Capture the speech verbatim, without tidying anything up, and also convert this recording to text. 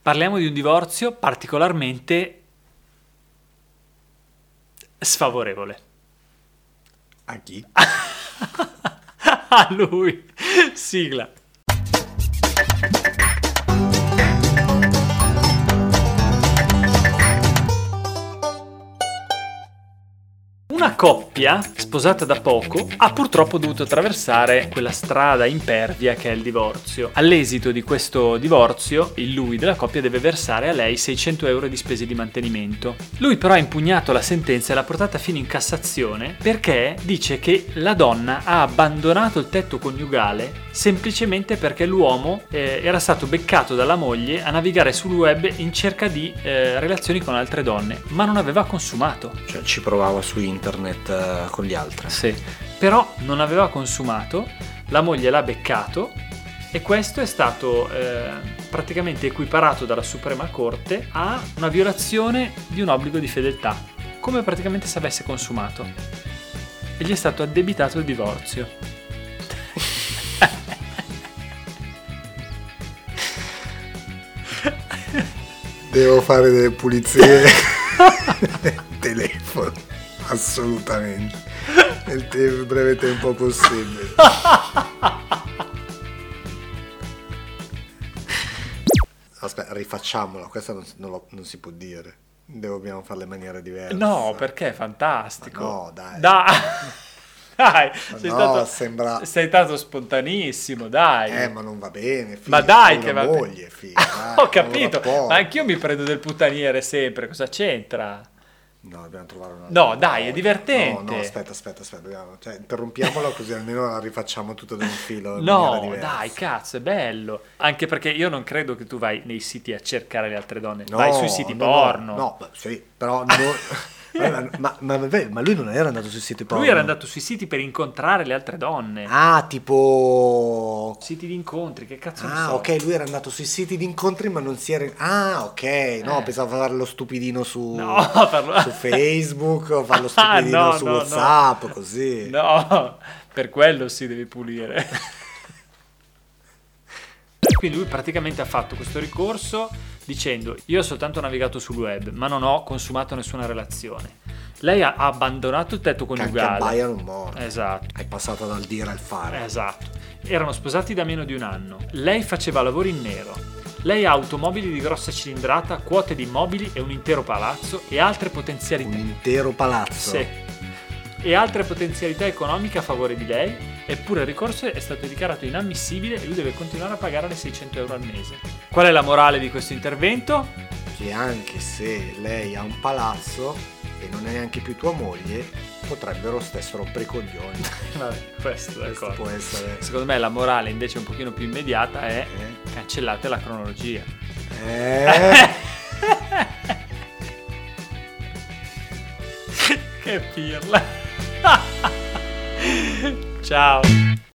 Parliamo di un divorzio particolarmente sfavorevole. A chi? A lui. Sigla. Una coppia sposata da poco ha purtroppo dovuto attraversare quella strada impervia che è il divorzio. All'esito di questo divorzio, il lui della coppia deve versare a lei seicento euro di spese di mantenimento. Lui però ha impugnato la sentenza e l'ha portata fino in Cassazione perché dice che la donna ha abbandonato il tetto coniugale semplicemente perché l'uomo eh, era stato beccato dalla moglie a navigare sul web in cerca di eh, relazioni con altre donne, ma non aveva consumato. Cioè ci provava su internet uh, con gli altri. Sì, però non aveva consumato, la moglie l'ha beccato e questo è stato eh, praticamente equiparato dalla Suprema Corte a una violazione di un obbligo di fedeltà, come praticamente se avesse consumato. E gli è stato addebitato il divorzio. Devo fare delle pulizie telefono, assolutamente, nel te- breve tempo possibile. Aspetta, rifacciamolo, questa non, non, lo, non si può dire, dobbiamo fare le maniere diverse. No, perché è fantastico. Ma no, dai. Dai, dai sei, no, stato, sembra... sei stato spontaneissimo, dai. Eh, ma non va bene, figa. Ma dai, una che va moglie, bene. figa, dai, Ho capito, un ma anch'io mi prendo del puttaniere sempre, cosa c'entra? No, dobbiamo trovare una... No, dai, è divertente. No, no, aspetta, aspetta, aspetta, dobbiamo... cioè, interrompiamola così almeno la rifacciamo tutto da un filo. in No, maniera diversa. dai, cazzo, è bello. Anche perché io non credo che tu vai nei siti a cercare le altre donne, No, vai sui siti no, porno. No, no, beh, sì, però... No... ma, ma, ma, vabbè, ma lui non era andato sui siti porno? Lui era andato sui siti per incontrare le altre donne. Ah, tipo... Siti di incontri, che cazzo ne Ah, so. ok, lui era andato sui siti di incontri ma non si era... Ah, ok, no, Eh. pensavo fare lo stupidino su, No, farlo... su Facebook o fare lo Ah, stupidino no, su no, no. WhatsApp, così. No, per quello si devi pulire. Quindi lui praticamente ha fatto questo ricorso dicendo: io ho soltanto navigato sul web ma non ho consumato nessuna relazione. Lei ha abbandonato il tetto Che coniugale. abbaiano un morto. Esatto. Hai passato dal dire al fare. Esatto. Erano sposati da meno di un anno. Lei faceva lavori in nero. Lei ha automobili di grossa cilindrata, quote di immobili e un intero palazzo e altre potenzialità. Un intero palazzo. Sì. E altre potenzialità economiche a favore di lei, eppure il ricorso è stato dichiarato inammissibile e lui deve continuare a pagare le seicento euro al mese. Qual è la morale di questo intervento? Che anche se lei ha un palazzo e non è neanche più tua moglie, potrebbero stesso rompere i coglioni. Vabbè, questo, Questo d'accordo. può essere... Secondo me la morale invece un pochino più immediata è Eh? cancellate la cronologia. Eh? Che pirla. Ciao.